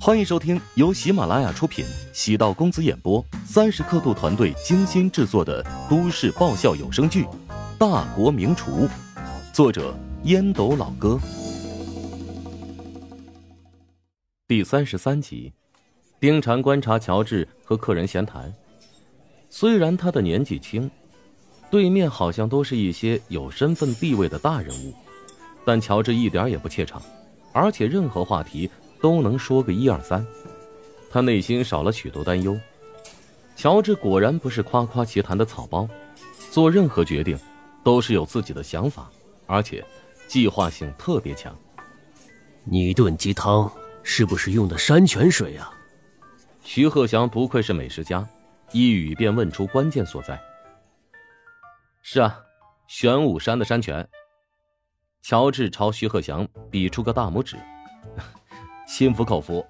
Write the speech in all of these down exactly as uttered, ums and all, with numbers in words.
欢迎收听由喜马拉雅出品，喜道公子演播，三十刻度团队精心制作的都市爆笑有声剧《大国名厨》，作者烟斗老哥。第三十三集，丁禅观察乔治和客人闲谈。虽然他的年纪轻，对面好像都是一些有身份地位的大人物，但乔治一点也不怯场，而且任何话题都能说个一二三。他内心少了许多担忧。乔治果然不是夸夸其谈的草包，做任何决定都是有自己的想法，而且计划性特别强。 你炖鸡汤是不是用的山泉水啊？ 徐鹤翔不愧是美食家，一语便问出关键所在。是啊，玄武山的山泉。乔治朝徐鹤翔比出个大拇指，心服口服。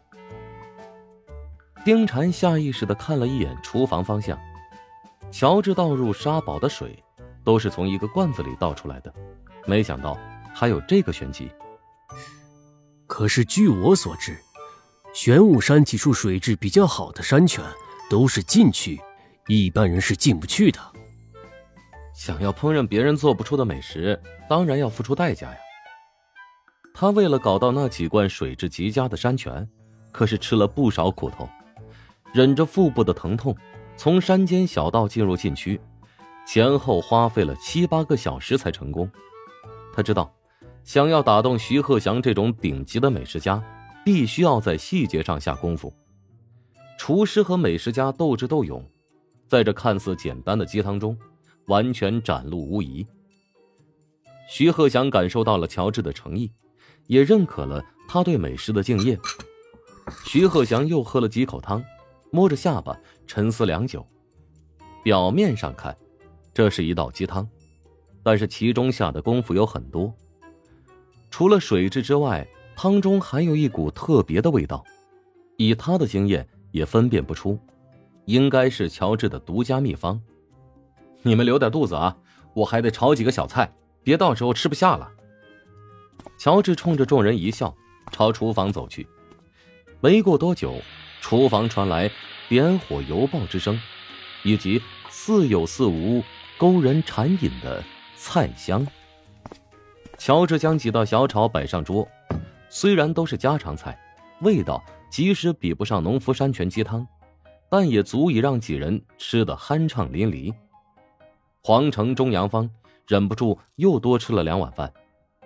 丁禅下意识地看了一眼厨房方向，乔治倒入沙煲的水都是从一个罐子里倒出来的，没想到还有这个玄机。 可是据我所知，玄武山几处水质比较好的山泉都是禁区，一般人是进不去的。 想要烹饪别人做不出的美食，当然要付出代价呀。他为了搞到那几罐水质极佳的山泉，可是吃了不少苦头，忍着腹部的疼痛，从山间小道进入禁区，前后花费了七八个小时才成功。他知道，想要打动徐鹤翔这种顶级的美食家，必须要在细节上下功夫。厨师和美食家斗智斗勇，在这看似简单的鸡汤中完全展露无遗。徐鹤翔感受到了乔治的诚意，也认可了他对美食的敬业。徐鹤翔又喝了几口汤，摸着下巴沉思良久。表面上看，这是一道鸡汤，但是其中下的功夫有很多。除了水质之外，汤中还有一股特别的味道，以他的经验也分辨不出，应该是乔治的独家秘方。你们留点肚子啊，我还得炒几个小菜，别到时候吃不下了。乔治冲着众人一笑，朝厨房走去。没过多久，厨房传来点火油爆之声，以及似有似无勾人馋饮的菜香。乔治将几道小炒摆上桌，虽然都是家常菜，味道即使比不上农夫山泉鸡汤，但也足以让几人吃得酣畅淋漓。皇城中阳方忍不住又多吃了两碗饭。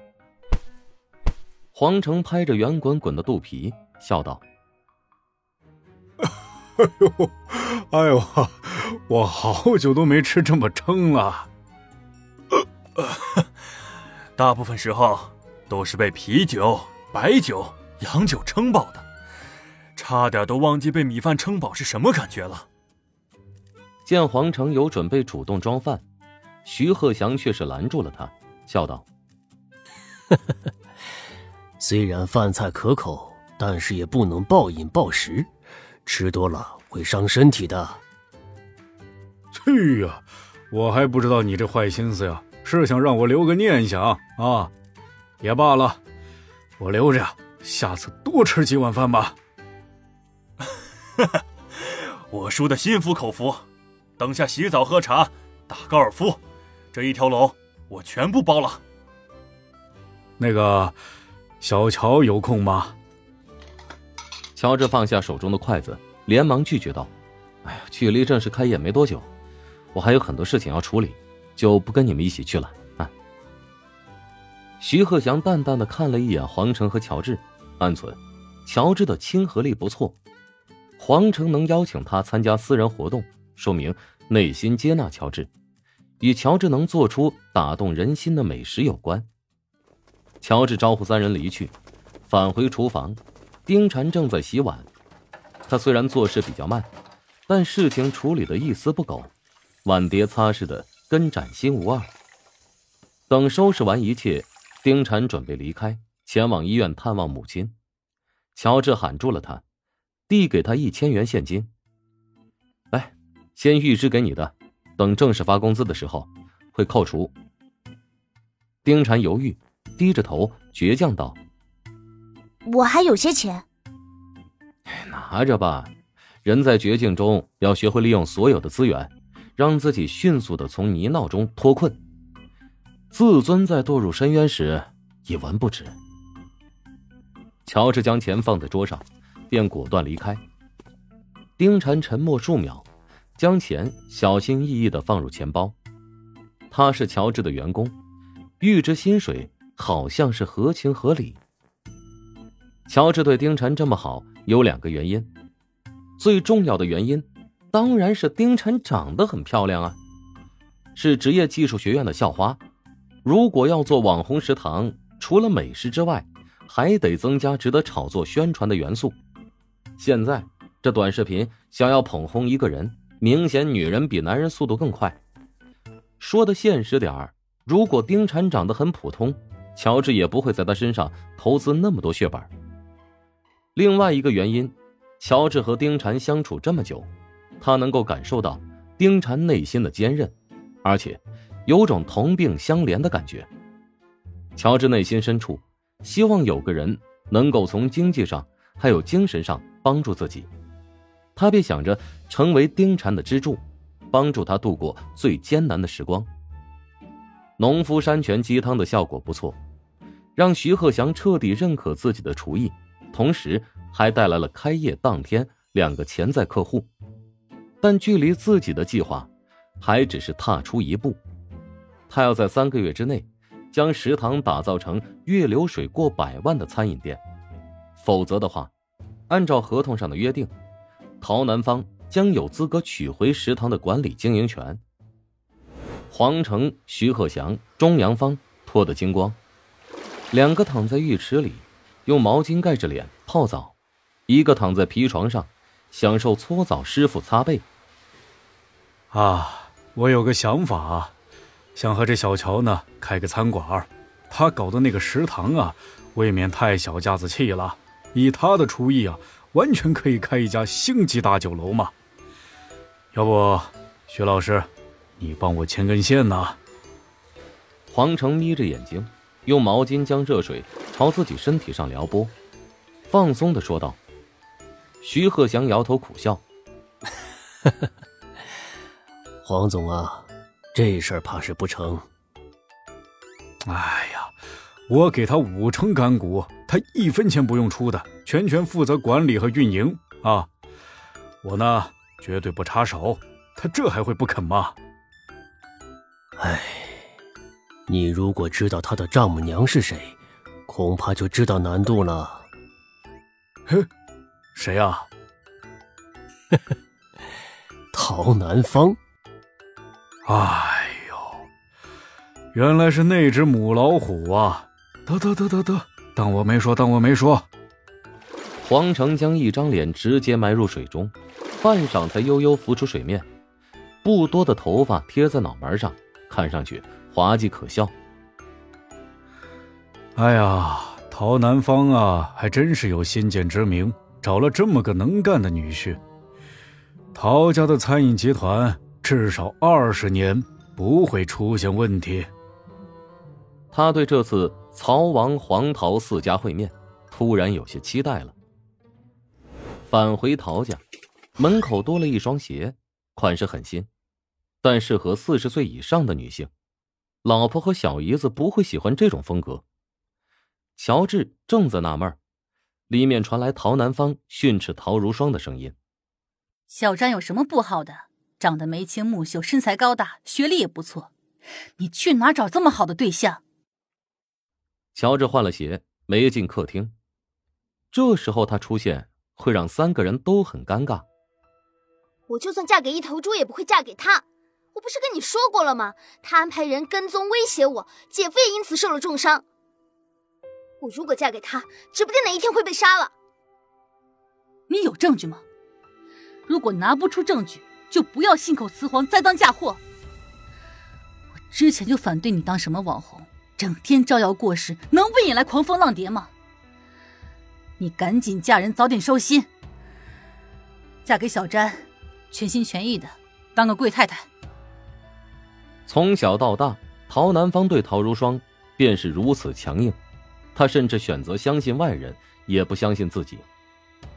皇城拍着圆滚滚的肚皮笑道： 哎呦哎呦，我好久都没吃这么撑了。 大部分时候都是被啤酒、白酒、洋酒撑饱的，差点都忘记被米饭撑饱是什么感觉了。 见皇城有准备主动装饭，徐鹤翔却是拦住了他，笑道： 虽然饭菜可口，但是也不能暴饮暴食，吃多了会伤身体的。 去呀，我还不知道你这坏心思呀，是想让我留个念想啊？也罢了，我留着，下次多吃几碗饭吧。 我输得心服口服，等下洗澡喝茶打高尔夫，这一条龙我全部包了。 那个小乔有空吗？ 乔治放下手中的筷子，连忙拒绝道：哎呀，距离正式开业没多久，我还有很多事情要处理，就不跟你们一起去了啊。徐鹤翔淡淡的看了一眼黄成和乔治，暗忖乔治的亲和力不错，黄成能邀请他参加私人活动，说明内心接纳乔治，与乔治能做出打动人心的美食有关。乔治招呼三人离去，返回厨房，丁禅正在洗碗。他虽然做事比较慢，但事情处理得一丝不苟，碗碟擦拭的跟崭新无二。等收拾完一切，丁禅准备离开，前往医院探望母亲。乔治喊住了他，递给他一千元现金。来，先预支给你的，等正式发工资的时候会扣除。丁禅犹豫，低着头倔强道： 我还有些钱。 拿着吧，人在绝境中要学会利用所有的资源，让自己迅速的从泥淖中脱困。自尊在堕入深渊时一文不值。乔治将钱放在桌上，便果断离开。丁禅沉默数秒，将钱小心翼翼地放入钱包。他是乔治的员工，预支薪水好像是合情合理。乔治对丁禅这么好有两个原因，最重要的原因当然是丁禅长得很漂亮啊，是职业技术学院的校花。如果要做网红食堂，除了美食之外，还得增加值得炒作宣传的元素。现在这短视频想要捧红一个人，明显女人比男人速度更快。说的现实点儿，如果丁禅长得很普通，乔治也不会在他身上投资那么多血本。另外一个原因，乔治和丁禅相处这么久，他能够感受到丁禅内心的坚韧，而且有种同病相怜的感觉。乔治内心深处希望有个人能够从经济上还有精神上帮助自己，他便想着成为丁禅的支柱，帮助他度过最艰难的时光。农夫山泉鸡汤的效果不错，让徐鹤祥彻底认可自己的厨艺，同时还带来了开业当天两个潜在客户。但距离自己的计划还只是踏出一步，他要在三个月之内将食堂打造成月流水过百万的餐饮店，否则的话，按照合同上的约定，陶南方将有资格取回食堂的管理经营权。黄成、徐鹤祥、钟阳芳脱得精光，两个躺在浴池里用毛巾盖着脸泡澡，一个躺在皮床上享受搓澡师傅擦背。 啊，我有个想法，想和这小乔呢开个餐馆。他搞的那个食堂啊，未免太小家子气了，以他的厨艺啊，完全可以开一家星级大酒楼嘛。要不徐老师，你帮我牵根线呢？ 黄成眯着眼睛，用毛巾将热水朝自己身体上撩拨，放松地说道。徐鹤祥摇头苦笑黄总啊，这事儿怕是不成。 哎呀，我给他五成干股，他一分钱不用出的，全权负责管理和运营啊。我呢绝对不插手，他这还会不肯吗？ 唉，你如果知道他的丈母娘是谁，恐怕就知道难度了。 嘿，谁啊？ 陶南方。 哎呦，原来是那只母老虎啊！得得得得得，当我没说，当我没说。 黄成将一张脸直接埋入水中，半晌才悠悠浮出水面，不多的头发贴在脑门上，看上去滑稽可笑。 哎呀，陶南方啊，还真是有先见之明，找了这么个能干的女婿。陶家的餐饮集团至少二十年不会出现问题。 他对这次曹王黄陶四家会面突然有些期待了。返回陶家，门口多了一双鞋，款式很新，但适合四十岁以上的女性。老婆和小姨子不会喜欢这种风格。乔治正在纳闷，里面传来陶南方训斥陶如霜的声音。 小詹有什么不好的？长得眉清目秀，身材高大，学历也不错，你去哪找这么好的对象？ 乔治换了鞋，没进客厅。这时候他出现会让三个人都很尴尬。 我就算嫁给一头猪也不会嫁给他，我不是跟你说过了吗？他安排人跟踪威胁我，姐夫也因此受了重伤。我如果嫁给他，指不定哪一天会被杀了。 你有证据吗？如果拿不出证据，就不要信口雌黄，再当嫁祸。我之前就反对你当什么网红，整天招摇过市，能不引来狂风浪蝶吗？你赶紧嫁人，早点收心。嫁给小詹，全心全意的当个贵太太。 从小到大，陶南方对陶如霜便是如此强硬，他甚至选择相信外人，也不相信自己。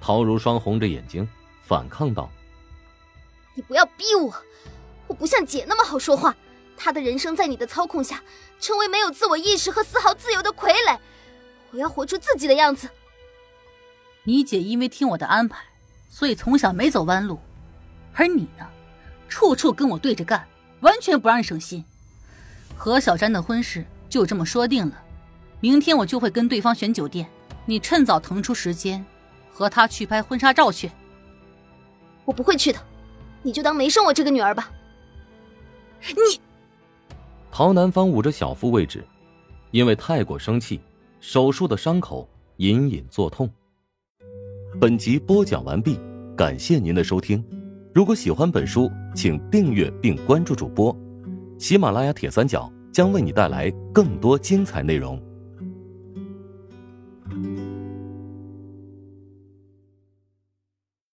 陶如霜红着眼睛反抗道： 你不要逼我，我不像姐那么好说话，她的人生在你的操控下成为没有自我意识和丝毫自由的傀儡，我要活出自己的样子。 你姐因为听我的安排，所以从小没走弯路，而你呢，处处跟我对着干，完全不让人省心。何小詹的婚事就这么说定了，明天我就会跟对方选酒店，你趁早腾出时间和他去拍婚纱照去。 我不会去的，你就当没生我这个女儿吧。 你…… 陶南方捂着小腹位置，因为太过生气，手术的伤口隐隐作痛。本集播讲完毕，感谢您的收听。如果喜欢本书，请订阅并关注主播。喜马拉雅铁三角将为你带来更多精彩内容。